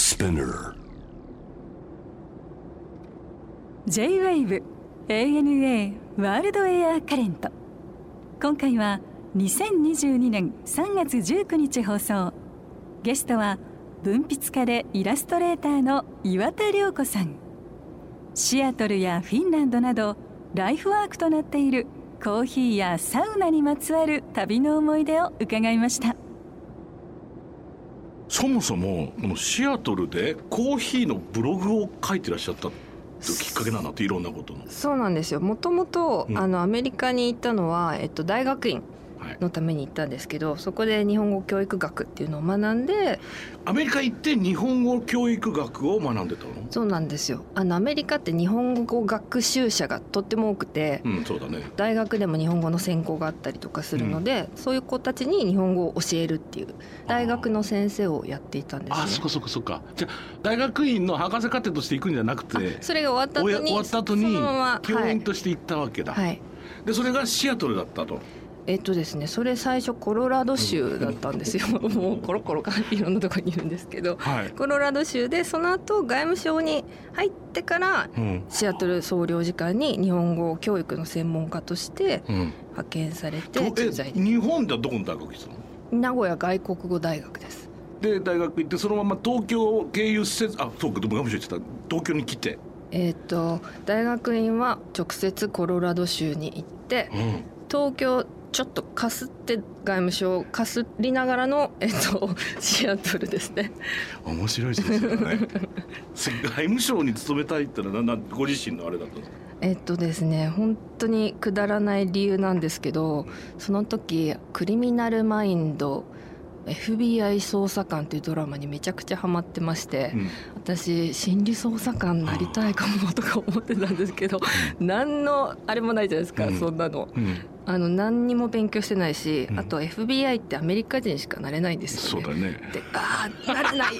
Spinner J-WAVE ANA ワールドエアカレント。今回は2022年3月19日放送。ゲストは文筆家でイラストレーターの岩田涼子さん。シアトルやフィンランドなどライフワークとなっているコーヒーやサウナにまつわる旅の思い出を伺いました。 そもそもこのシアトルでコーヒーのブログを書いてらっしゃったきっかけなんだって、いろんなことの。 そうなんですよ。もともとアメリカに行ったのは、大学院のために行ったんですけど、そこで日本語教育学っていうのを学んで。 アメリカ行って日本語教育学を学んでたの？ そうなんですよ。アメリカって日本語学習者がとっても多くて、 そうだね、大学でも日本語の専攻があったりとかするので、そういう子たちに日本語を教えるっていう大学の先生をやっていたんですね。 そっか。じゃあ大学院の博士課程として行くんじゃなくて、 それが終わった後にそのまま教員として行ったわけだ。 はい。 でそれがシアトルだったと。 ですね、それ最初コロラド州だったんですよ。もうコロコロいろんなところにいるんですけど、コロラド州で、その後外務省に入ってから、シアトル総領事館に日本語教育の専門家として派遣されて駐在で。 日本ではどこの大学行ってたの？ 名古屋外国語大学です。 で大学行って、そのまま東京を経由せず、そうか、でも外務省行ってた東京に来て、 大学院は直接コロラド州に行って、東京ちょっとかすって外務省かすりながらの、シアトルですね。 面白いですね。外務省に勤めたいってのはご自身のあれだったんですか？ ですね、本当にくだらない理由なんですけど、その時クリミナルマインド FBI 捜査官というドラマにめちゃくちゃハマってまして、私心理捜査官になりたいかもとか思ってたんですけど、何のあれもないじゃないですか、そんなの。何にも勉強してないし、あと FBI ってアメリカ人しかなれないんですよね。 そうだね。 で、なれない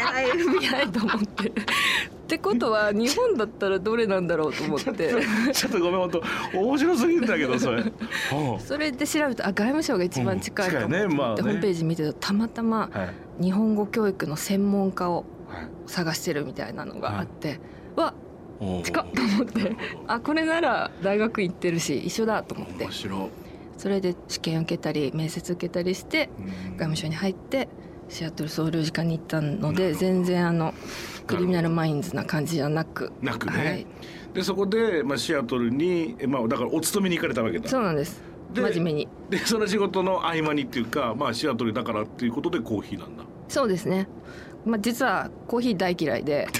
FBI と思ってってことは日本だったらどれなんだろうと思ってちょっとごめん、本当面白すぎるんだけどそれそれで調べると外務省が一番近いかもってホームページ見てたら、たまたま日本語教育の専門家を探してるみたいなのがあって、近っと思って、これなら大学行ってるし一緒だと思って、それで試験受けたり面接受けたりして外務省に入ってシアトル総領事館に行ったので、全然クリミナルマインズな感じじゃなくね、 でそこで、シアトルに、だからお勤めに行かれたわけだ。 そうなんです。真面目に。 でその仕事の合間にっていうか、シアトルだからっていうことでコーヒーなんだ。 そうですね。実はコーヒー大嫌いで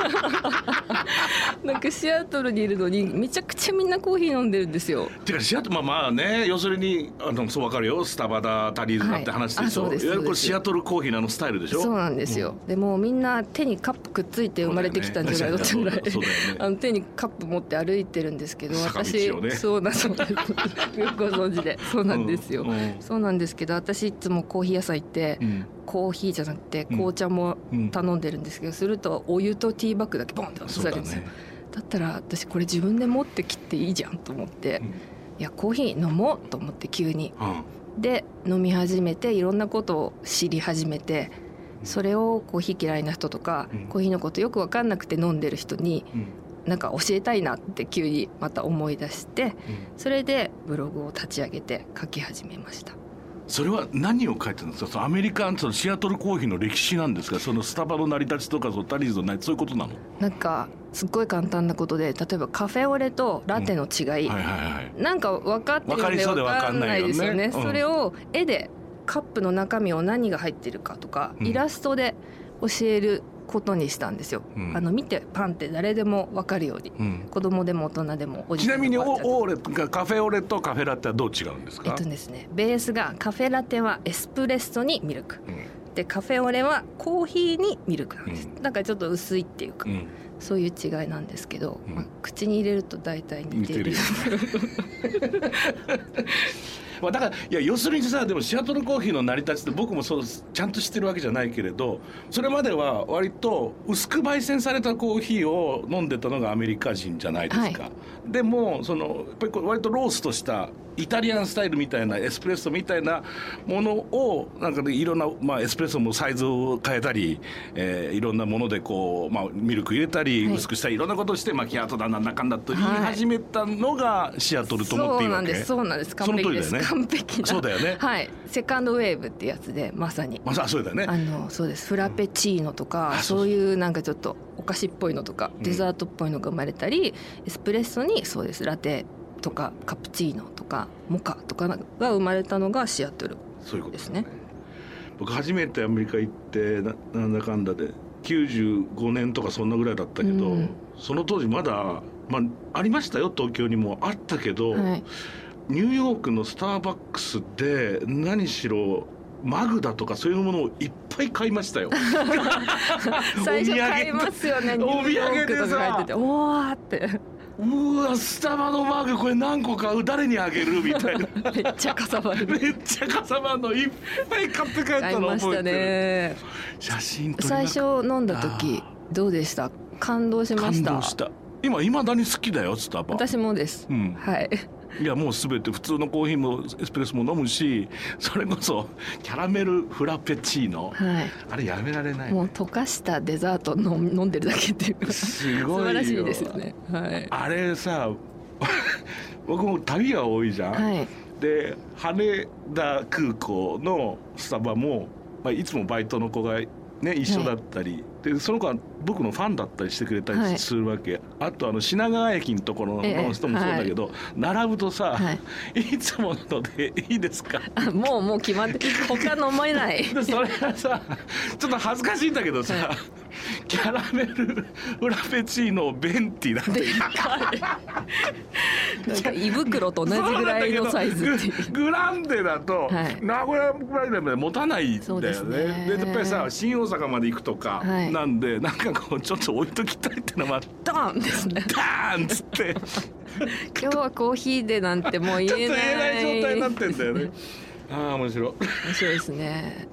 なんかシアトルにいるのにめちゃくちゃみんなコーヒー飲んでるんですよ。 てかシアトルね、要するにそう分かるよ、スタバだタリーズだって話でしょ。いわゆるこれシアトルコーヒーのスタイルでしょ。 そうなんですよ。でもみんんな手にカップくっついて生まれてきたんじゃないのってぐらい、手にカップ持って歩いてるんですけど、私そうなんですよくご存知で。そうなんですよ、そうなんですけど、私いつもコーヒー屋さん行って、コーヒーじゃなくて紅茶も頼んでるんですけど、するとお湯とティーバッグだけボンって渡されるんですよ。だったら私これ自分で持ってきていいじゃんと思って、いやコーヒー飲もうと思って急に、で飲み始めていろんなことを知り始めて、それをコーヒー嫌いな人とか、コーヒーのことよく分かんなくて飲んでる人になんか教えたいなって急にまた思い出して、それでブログを立ち上げて書き始めました。 それは何を書いてるんですか？そのアメリカのシアトルコーヒーの歴史なんですか？そのスタバの成り立ちとかタリーズのそういうことなの？ なんかすっごい簡単なことで、例えばカフェオレとラテの違い、なんか分かってるよね、分かんないですよね。それを絵でカップの中身を何が入ってるかとか、イラストで教えることにしたんですよ、見てパンって誰でも分かるように、子供でも大人でもおじさんでも。 ちなみにカフェオレとカフェラテはどう違うんですか？ ですね、ベースがカフェラテはエスプレッソにミルク、でカフェオレはコーヒーにミルクなんです、だからちょっと薄いっていうか、そういう違いなんですけど、口に入れると大体似てるだから要するにさ、でもシアトルコーヒーの成り立ちって僕もそうちゃんと知ってるわけじゃないけれど、それまでは割と薄く焙煎されたコーヒーを飲んでたのがアメリカ人じゃないですか、でもやっぱり割とローストしたイタリアンスタイルみたいなエスプレッソみたいなものをなんかでいろんな、エスプレッソもサイズを変えたり、いろんなものでこう、ミルク入れたり、薄くしたりいろんなことをしてマキアートだなんだかんだと言い始めたのがシアトルと思っていいわけ。 そうなんです完璧です、ね、完璧なそうだよね、 はい、セカンドウェーブってやつでまさにそうだよね。 そうです。フラペチーノとか、そういうなんかちょっとお菓子っぽいのとか、デザートっぽいのが生まれたり、エスプレッソにそうですラテとかカプチーノとかモカとかが生まれたのがシアトルですね。 そういうことですね。僕初めてアメリカ行ってなんだかんだで95年とかそんなぐらいだったけど、その当時まだ、ありましたよ、東京にもあったけど、はい、ニューヨークのスターバックスで何しろマグダとかそういうものをいっぱい買いましたよ最初買いますよね。ニューヨークとか書いてておーって、 うわスタバのマグこれ何個買う、誰にあげるみたいなめっちゃかさばるめっちゃかさばるのいっぱい買って帰ったの覚えてる、ね、写真撮りな最初飲んだ時どうでした？感動しました。 感動した。今未だに好きだよスタバ。 私もです、はい。 いやもう全て普通のコーヒーもエスプレッソも飲むし、それこそキャラメルフラペチーノ、はい、あれやめられない、ね、 もう溶かしたデザート飲んでるだけっていうかすごいよ、 素晴らしいですよね、はい、 あれさ僕も旅が多いじゃん、はい、で羽田空港のスタバも、いつもバイトの子がね一緒だったり、でその子は僕のファンだったりしてくれたりするわけ、あと品川駅のところの人もそうだけど、並ぶとさ、いつものでいいですか、 もう決まって他飲めないでそれがさちょっと恥ずかしいんだけどさ、キャラメルフラペチーノベンティだってなんか胃袋と同じぐらいのサイズっていうグランデだと、名古屋ぐらいで持たないんだよね。でやっぱりさ新大阪まで行くとか、なんでなんかこうちょっと置いときたいってのはドーンですね。 ダーンっつって今日はコーヒーでなんてもう言えないちょっと言えない状態になってんだよね面白いですね。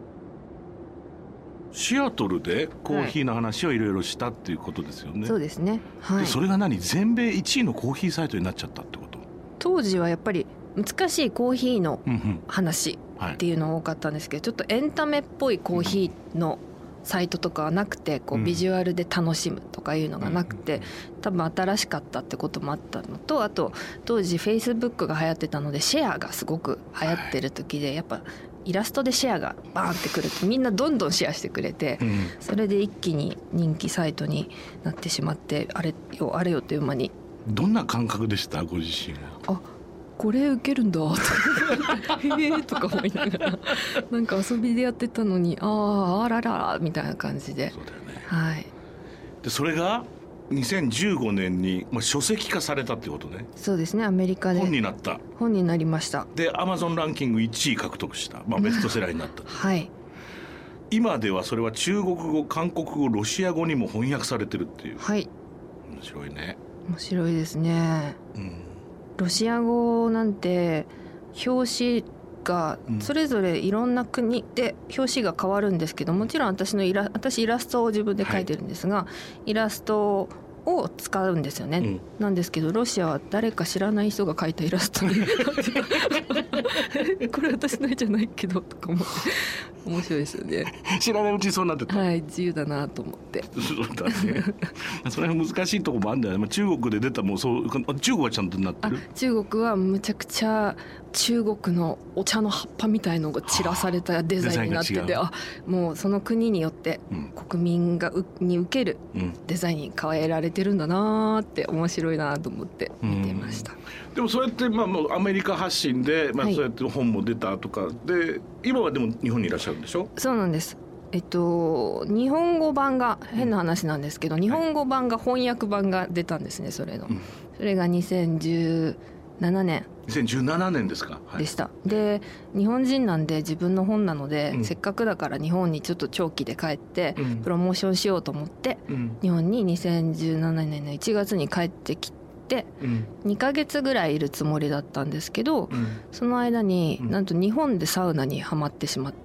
シアトルでコーヒーの話をいろいろしたっていうことですよね、 そうですね、はい、 でそれが全米1位のコーヒーサイトになっちゃったってこと？ 当時はやっぱり難しいコーヒーの話っていうの多かったんですけど、ちょっとエンタメっぽいコーヒーのサイトとかはなくて、こうビジュアルで楽しむとかいうのがなくて、多分新しかったってこともあったのと、あと当時フェイスブックが流行ってたのでシェアがすごく流行ってる時で、やっぱイラストでシェアがバーンってくるとみんなどんどんシェアしてくれて、それで一気に人気サイトになってしまって、あれよという間に。 どんな感覚でしたご自身は？ これ受けるんだとへえとか思いながらなんか遊びでやってたのにあららみたいな感じで。 そうだよね、 はい、 でそれが2015年に、書籍化されたってことね。 そうですね、アメリカで本になった。 本になりました。 でアマゾンランキング1位獲得した、ベストセラーになったはい。 今ではそれは中国語、韓国語、ロシア語にも翻訳されてるっていう。 はい。 面白いね。 面白いですね、ロシア語なんて表紙がそれぞれいろんな国で表紙が変わるんですけど、もちろん私イラストを自分で描いてるんですが、イラストを使うんですよね、なんですけどロシアは誰か知らない人が描いたイラストにこれ私の絵じゃないけどとかも面白いですよね。 知らないうちにそうなってた。 はい、自由だなと思って。 そうだねそれは難しいところもあるんだよね、中国で出たもうそう中国はちゃんとなってる。 中国はむちゃくちゃ中国のお茶の葉っぱみたいのが散らされたデザインになってて、もうその国によって国民に受けるデザインに変えられてるんだなって面白いなと思って見てました。 でもそうやってもうアメリカ発信で、そうやって本も出たとかで、今はでも日本にいらっしゃるんでしょ？ そうなんです。日本語版が変な話なんですけど、日本語版が翻訳版が出たんですね。それが2017年ですか、 でした。で日本人なんで自分の本なので、せっかくだから日本にちょっと長期で帰ってプロモーションしようと思って、日本に2017年の1月に帰ってきて、2ヶ月ぐらいいるつもりだったんですけど、その間になんと日本でサウナにはまってしまって、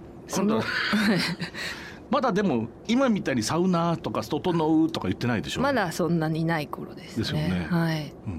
まだでも今みたいにサウナとか整うとか言ってないでしょ？ まだそんなにない頃ですね。 ですよね。 はい。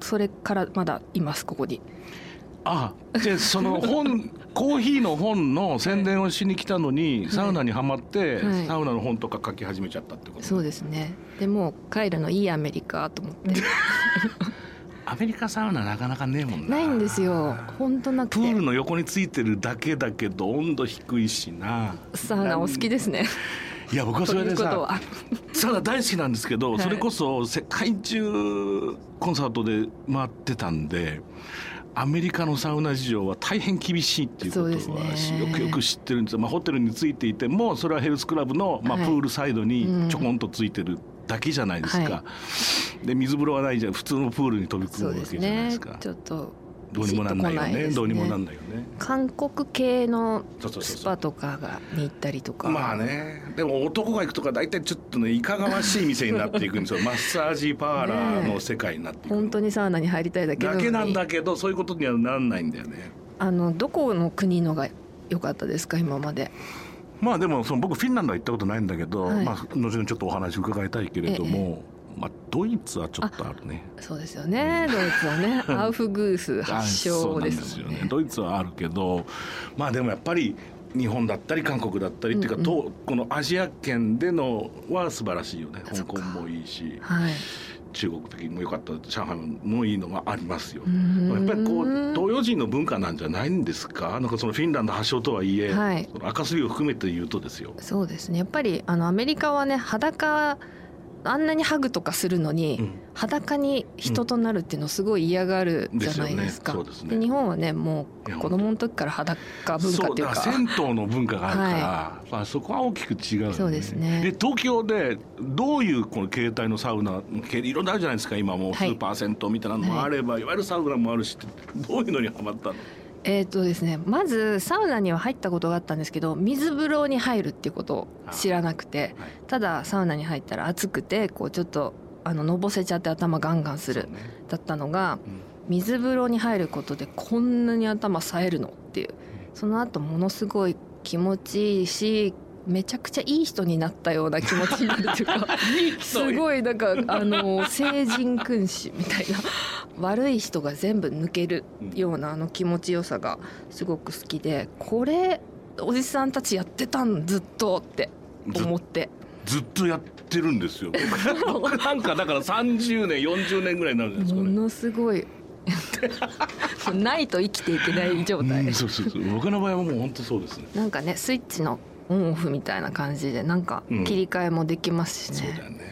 それからまだいますここに。 でその本コーヒーの本の宣伝をしに来たのに、サウナにはまって、サウナの本とか書き始めちゃったってこと。 そうですね。でも帰るのいいアメリカと思ってアメリカサウナなかなかねえもんな。 ないんですよ、本当なくて。 プールの横についてるだけだけど温度低いしな。 サウナお好きですね。 いや僕はそれでさサウナ大好きなんですけど、それこそ世界中コンサートで回ってたんで、アメリカのサウナ事情は大変厳しいっていうことはよくよく知ってるんですよ。ホテルについていてもそれはヘルスクラブの、プールサイドにちょこんとついてるだけじゃないですか、で水風呂はないじゃん、普通のプールに飛び込むわけじゃないですか。 ちょっとどうにもなんないよね。どうにもなんないよね。 韓国系のスパとかに行ったりとか。 まあね、でも男が行くとか大体ちょっとねいかがわしい店になっていくんですよマッサージパーラーの世界になっていく、 本当にサウナに入りたいだけなんだけど、そういうことにはならないんだよね。 どこの国のが良かったですか今まで。 まあでも僕フィンランドは行ったことないんだけど、後々ちょっとお話伺いたいけれども、ドイツはちょっとあるね。 そうですよね、ドイツはねアウフグース発祥ですもんね。 ドイツはあるけど、でもやっぱり日本だったり韓国だったりっていうか、このアジア圏でのは素晴らしいよね。香港もいいし、中国的にも良かった、上海もいいのがありますよ。やっぱり東洋人の文化なんじゃないんですか。なんかそのフィンランド発祥とはいえ、赤すりを含めて言うとですよ。 そうですね、やっぱりアメリカはね、裸あんなにハグとかするのに、裸に人となるっていうのをすごい嫌がるじゃないですか。で日本はね、もう子供の時から裸文化っていうか、 銭湯の文化があるから、そこは大きく違うよね。 そうですね。 で東京でどういうこの形態のサウナ、いろんなあるじゃないですか。今もうスーパー銭湯みたいなのもあれば、いわゆるサウナもあるし、どういうのにハマったの？ ですね、まずサウナには入ったことがあったんですけど、水風呂に入るっていうことを知らなくて、ただサウナに入ったら暑くてちょっとのぼせちゃって頭ガンガンするだったのが、水風呂に入ることでこんなに頭冴えるのっていう、その後ものすごい気持ちいいし、めちゃくちゃいい人になったような気持ちになるというかすごいなんか聖人君子みたいな悪い人が全部抜けるような気持ちよさがすごく好きで、これおじさんたちやってたんずっとって思って。 ずっとやってるんですよ僕なんかだから30年40年ぐらいになるんですかね。 ものすごいないと生きていけない状態。 そう僕の場合はもう本当そうですね。 なんかね、スイッチのオンオフみたいな感じで、なんか切り替えもできますしね。 そうだよね。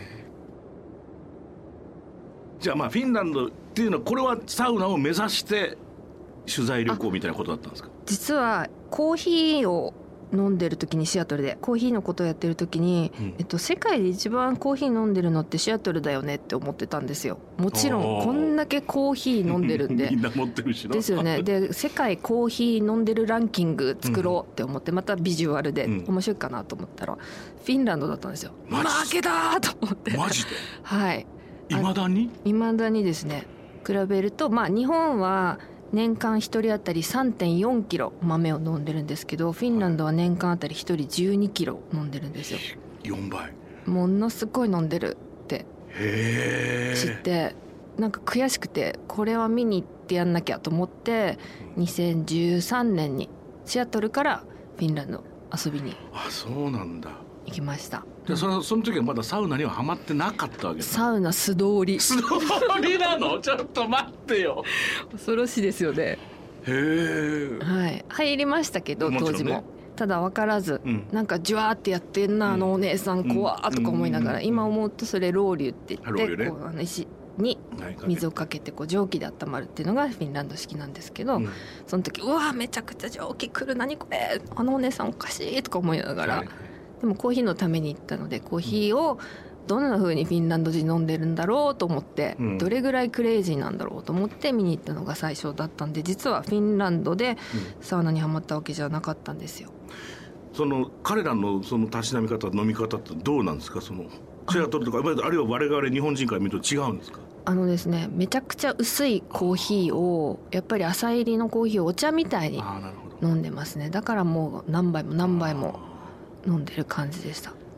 じゃあフィンランドっていうのは、これはサウナを目指して取材旅行みたいなことだったんですか？ 実はコーヒーを飲んでる時に、シアトルでコーヒーのことをやってる時に、世界で一番コーヒー飲んでるのってシアトルだよねって思ってたんですよ。もちろんこんだけコーヒー飲んでるんでみんな持ってるしな。 ですよね。で世界コーヒー飲んでるランキング作ろうって思って、またビジュアルで面白いかなと思ったら、フィンランドだったんですよ。負けたと思って。 マジで？ はい。 未だにですね。比べると日本は年間1人当たり 3.4 キロ豆を飲んでるんですけど、フィンランドは年間あたり1人12キロ飲んでるんですよ。 4倍。 ものすごい飲んでるって知って、なんか悔しくて、これは見に行ってやんなきゃと思って、2013年にシアトルからフィンランド遊びにそうなんだ行きました。 でその時はまだサウナにはハマってなかったわけだ。 サウナ素通りなの？ちょっと待ってよ恐ろしいですよね。はい、入りましたけど、当時もただ分からず、なんかジュワーってやってんな、お姉さん怖ーとか思いながら、今思うとそれロウリュって言って、石に水をかけて蒸気で温まるっていうのがフィンランド式なんですけど、その時うわめちゃくちゃ蒸気来る、何これ、お姉さんおかしいとか思いながら、でもコーヒーのために行ったので、コーヒーをどんな風にフィンランド人飲んでるんだろうと思って、どれぐらいクレイジーなんだろうと思って見に行ったのが最初だったんで、実はフィンランドでサウナにはまったわけじゃなかったんですよ。 その彼らのそのたしなみ方、飲み方ってどうなんですか？そのシアトルとかあるいは我々日本人から見ると違うんですか？ ですね、めちゃくちゃ薄いコーヒーを、やっぱり浅入りのコーヒーをお茶みたいに飲んでますね。だからもう何杯も飲んでる感じでした。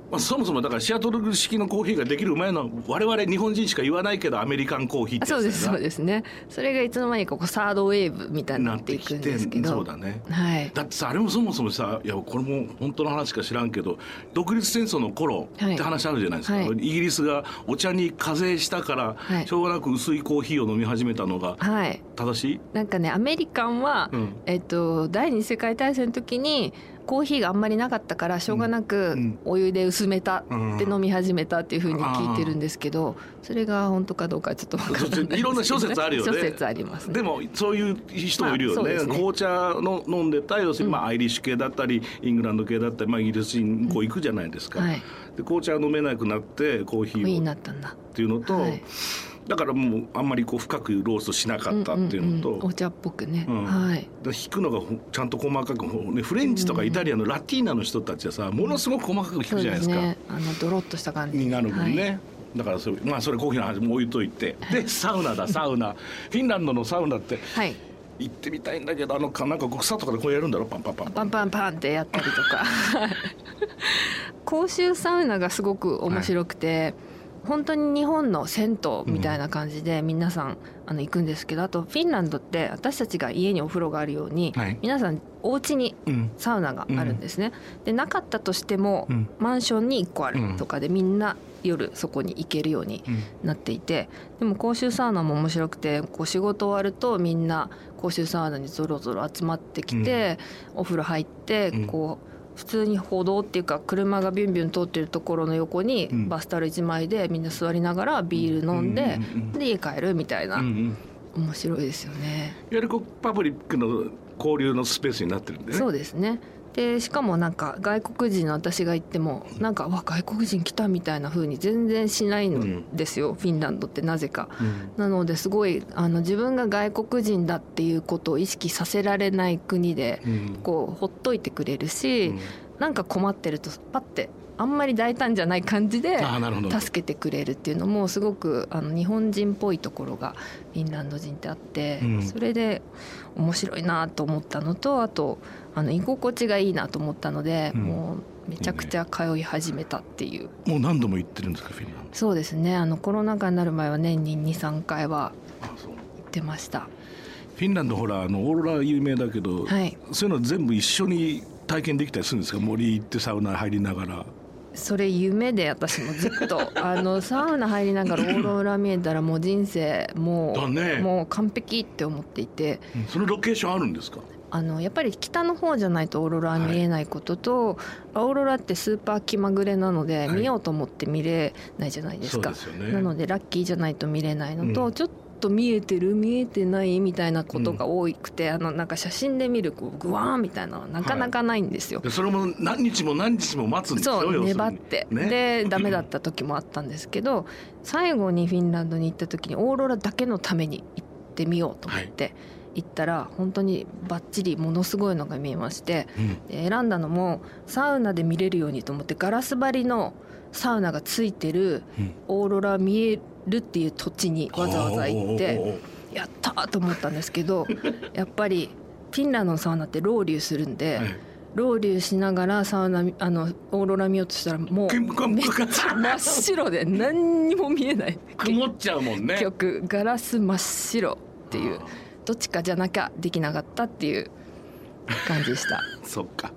そもそもだからシアトル式のコーヒーができる前の我々日本人しか言わないけどアメリカンコーヒーってやつだよな。 そうですね。それがいつの間にかこうサードウェーブみたいになっていくんですけど。 そうだね、 はい、 だってさあれもそもそもさ、いやこれも本当の話か知らんけど独立戦争の頃って話あるじゃないですか、はい、イギリスがお茶に課税したから、はい、しょうがなく薄いコーヒーを飲み始めたのが正しい？ なんかねアメリカンは、第二次世界大戦の時にコーヒーがあんまりなかったからしょうがなくお湯で薄めたって飲み始めたっていう風に聞いてるんですけど、それが本当かどうかちょっと分からないですね。 いろんな諸説あるよね。 諸説ありますね。 でもそういう人もいるよね。紅茶の飲んでた要するにアイリッシュ系だったりイングランド系だったり、イギリス人こう行くじゃないですか、はい、で紅茶飲めなくなってコーヒーをっていうのと、はい、だからもうあんまりこう深くローストしなかったっていうのと、 お茶っぽくね、はい、 引くのがちゃんと細かく、ね、フレンチとかイタリアのラティーナの人たちはさものすごく細かく引くじゃないですか。そうですね、 ドロッとした感じになるもんね、はい、だからそれコーヒーの話も置いといて、でサウナだサウナフィンランドのサウナって、はい、行ってみたいんだけどなんか草とかでこうやるんだろ、パンパンパンパンパンパンってやったりとか公衆サウナがすごく面白くて、はい、本当に日本の銭湯みたいな感じで皆さん行くんですけど、あとフィンランドって私たちが家にお風呂があるように、はい、皆さんお家にサウナがあるんですね、でなかったとしても、マンションに1個あるとかでみんな夜そこに行けるようになっていて、でも公衆サウナも面白くて、こう仕事終わるとみんな公衆サウナにゾロゾロ集まってきて、お風呂入ってこう普通に歩道っていうか車がビュンビュン通ってるところの横にバスタオル1枚でみんな座りながらビール飲んで、で家帰るみたいな、面白いですよね。 いわゆるパブリックの交流のスペースになってるんでね。 そうですね。でしかもなんか外国人の私が行ってもなんか外国人来たみたいな風に全然しないんですよ、フィンランドってなぜか、なのですごい自分が外国人だっていうことを意識させられない国で、こうほっといてくれるし、なんか困ってるとパッてあんまり大胆じゃない感じで助けてくれるっていうのもすごく日本人っぽいところがフィンランド人ってあって、それで面白いなと思ったのと、あと居心地がいいなと思ったので、もうめちゃくちゃ通い始めたっていう。 もう何度も行ってるんですかフィンランド？ そうですね、コロナ禍になる前は年に 2,3 回は行ってました。 フィンランドほらオーロラ有名だけど、はい、そういうの全部一緒に体験できたりするんですか？森行ってサウナ入りながら。 それ夢で私もずっとサウナ入りながらオーロラ見えたらもう人生もう完璧って思っていて、 そのロケーションあるんですか？ やっぱり北の方じゃないとオーロラ見えないことと、はい、オーロラってスーパー気まぐれなので、見ようと思って見れないじゃないですか。そうですよね。なのでラッキーじゃないと見れないのと、ちょっと見えてる見えてないみたいなことが多くて、なんか写真で見るグワーンみたいなのはなかなかないんですよ、 はい、それも何日も何日も待つんですよ。 そう粘って、ね、でダメだった時もあったんですけど、最後にフィンランドに行った時にオーロラだけのために行ってみようと思って、行ったら本当にバッチリものすごいのが見えまして、で選んだのもサウナで見れるようにと思ってガラス張りのサウナがついてるオーロラ見えるっていう土地にわざわざ行ってやったーと思ったんですけど、やっぱりフィンランドのサウナってロウリュするんで、ロウリュしながらサウナオーロラ見ようとしたらもうめっちゃ真っ白で何にも見えない曇っちゃうもんね。 結局ガラス真っ白っていう、どっちかじゃなきゃできなかったっていう感じでしたそっか。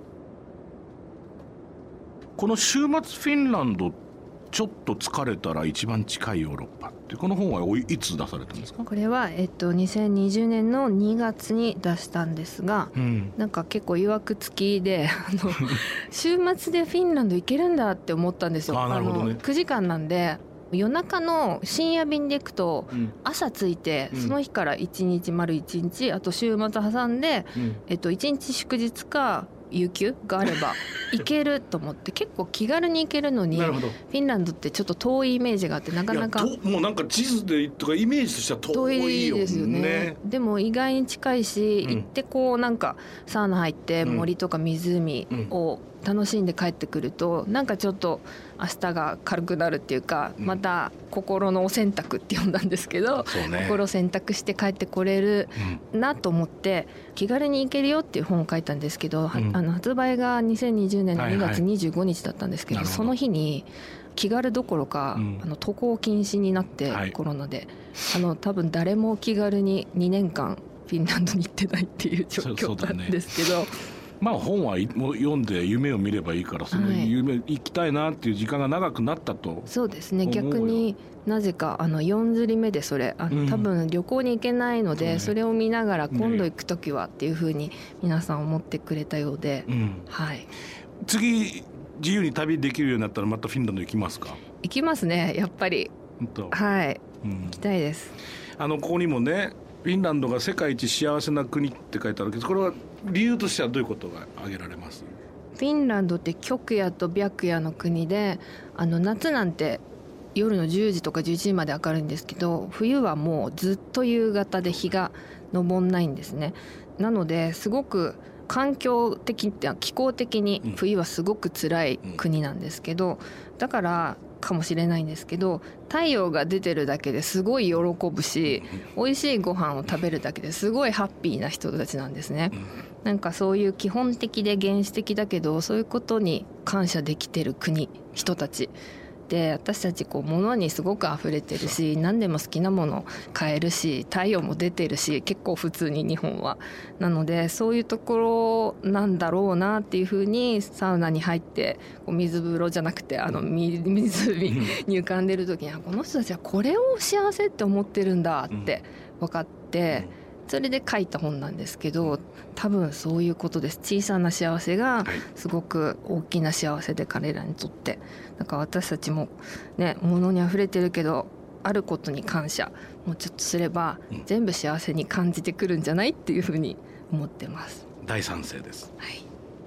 この週末フィンランドちょっと疲れたら一番近いヨーロッパってこの本はいつ出されたんですか？ これは、2020年の2月に出したんですが、なんか結構いわくつきで週末でフィンランド行けるんだって思ったんですよ。 なるほどね。 9時間なんで夜中の深夜便で行くと朝着いて、その日から1日丸1日あと週末挟んで、1日祝日か有給があれば行けると思って結構気軽に行けるのにフィンランドってちょっと遠いイメージがあってなかなかもうなんか地図でとかイメージとしては遠いよね。 ですよね。でも意外に近いし、行ってこうなんかサウナ入って森とか湖を楽しんで帰ってくるとなんかちょっと明日が軽くなるっていうか、また心のお洗濯って呼んだんですけど、心洗濯して帰ってこれるなと思って気軽に行けるよっていう本を書いたんですけど、発売が2020 2020年の2月25日だったんですけど、その日に気軽どころか、渡航禁止になって、コロナで多分誰も気軽に2年間フィンランドに行ってないっていう状況なんですけど、 まあ本はもう読んで夢を見ればいいから、その夢行きたいなっていう時間が長くなったと。 そうですね、逆になぜか4釣り目でそれ多分旅行に行けないので、それを見ながら今度行く時はっていうふうに皆さん思ってくれたようで、はい、 次自由に旅できるようになったらまたフィンランド行きますか？ 行きますね、やっぱり。はい、行きたいです。 ここにもね、フィンランドが世界一幸せな国って書いてあるけど、これは理由としてはどういうことが挙げられます？ フィンランドって極夜と白夜の国で、夏なんて夜の10時とか11時まで明るいんですけど、冬はもうずっと夕方で日が昇んないんですね。なのですごく環境的って気候的に冬はすごく辛い国なんですけど、だからかもしれないんですけど、太陽が出てるだけですごい喜ぶし、美味しいご飯を食べるだけですごいハッピーな人たちなんですね。なんかそういう基本的で原始的だけど、そういうことに感謝できてる国、人たちで、私たち物にすごく溢れてるし、何でも好きなもの買えるし、太陽も出てるし、結構普通に日本はなので、そういうところなんだろうなっていうふうに、サウナに入って水風呂じゃなくて湖に浮かんでる時に、この人たちはこれを幸せって思ってるんだって分かって、それで書いた本なんですけど、多分そういうことです。小さな幸せがすごく大きな幸せで、彼らにとって。だから私たちもね、物にあふれてるけど、あることに感謝もうちょっとすれば、全部幸せに感じてくるんじゃないっていうふうに思ってます。 大賛成です。 はい。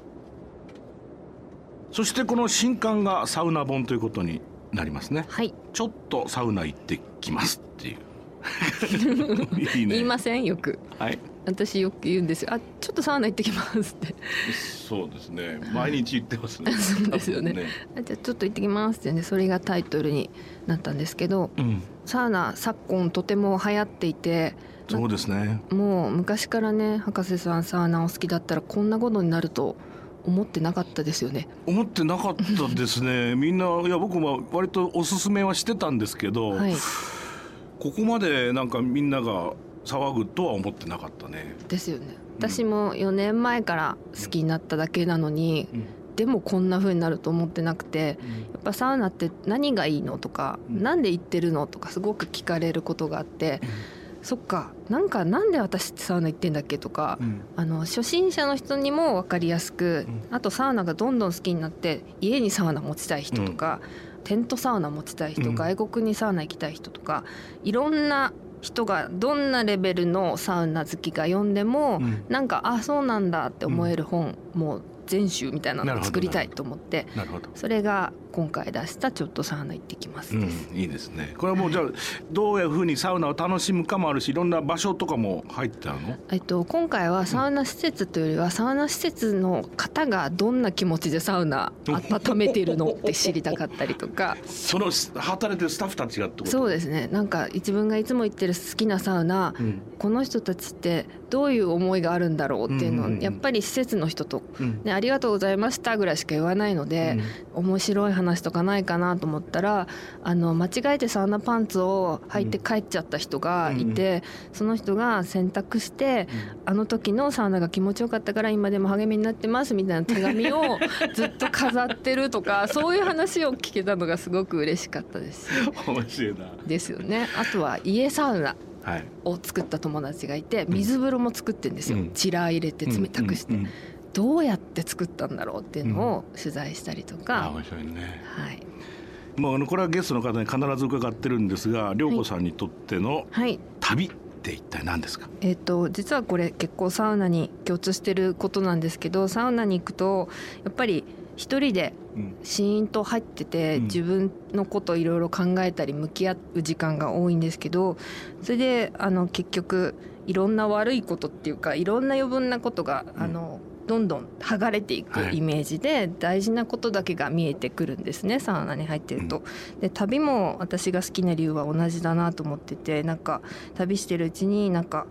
そしてこの新刊がサウナ本ということになりますね。 はい。 ちょっとサウナ行ってきますっていういいね、言いません？よく。 はい。 私よく言うんですよ。ちょっとサウナ行ってきますって。 そうですね。毎日言ってますね。 そうですよね。じゃあちょっと行ってきますってね、それがタイトルになったんですけど、サウナ昨今とても流行っていて。 そうですね。 もう昔からね、博士さんサウナお好きだったらこんなことになると思ってなかったですよね。 思ってなかったですね。みんな、いや僕も割とおすすめはしてたんですけど、はい、ここまでなんかみんなが騒ぐとは思ってなかったね。 ですよね。私も4年前から好きになっただけなのに、でもこんな風になると思ってなくて、やっぱサウナって何がいいのとか、なんで行ってるのとかすごく聞かれることがあって、そっか、なんで私ってサウナ行ってんだっけとか、初心者の人にも分かりやすく、あとサウナがどんどん好きになって家にサウナ持ちたい人とか、テントサウナ持ちたい人、外国にサウナ行きたい人とか、いろんな人がどんなレベルのサウナ好きが読んでも、なんかそうなんだって思える本、もう全集みたいなのを作りたいと思って、それが今回出したちょっとサウナ行ってきますです、 いいですね。これはもうじゃあどういうふうにサウナを楽しむかもあるし、いろんな場所とかも入ってあるの？今回はサウナ施設というよりは、サウナ施設の方がどんな気持ちでサウナ温めているのって知りたかったりとかその働いてるスタッフたちがってこと？ そうですね。なんか自分がいつも行ってる好きなサウナ、この人たちってどういう思いがあるんだろうっていうのを、やっぱり施設の人と、ありがとうございましたぐらいしか言わないので、面白い話とかないかなと思ったら、間違えてサウナパンツを履いて帰っちゃった人がいて、その人が選択して、あの時のサウナが気持ちよかったから今でも励みになってますみたいな手紙をずっと飾ってるとかそういう話を聞けたのがすごく嬉しかったです。 面白いな。 ですよね。あとは家サウナを作った友達がいて、水風呂も作ってるんですよ。チラー入れて冷たくして、どうやって作ったんだろうっていうのを取材したりとか。 面白いね。 はい。 もうこれはゲストの方に必ず伺ってるんですが、涼子さんにとっての旅って一体何ですか？ 実はこれ結構サウナに共通してることなんですけど、サウナに行くとやっぱり一人でシーンと入ってて、自分のことをいろいろ考えたり向き合う時間が多いんですけど、それで結局いろんな悪いことっていうか、いろんな余分なことがどんどん剥がれていくイメージで、大事なことだけが見えてくるんですね、サウナに入ってると。で、旅も私が好きな理由は同じだなと思ってて、なんか旅してるうちになんか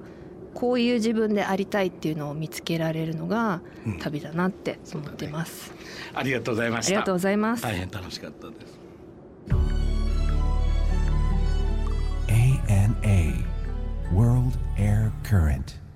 こういう自分でありたいっていうのを見つけられるのが旅だなって思ってます、 ありがとうございました。 ありがとうございます。 大変楽しかったです。 ANA World Air Current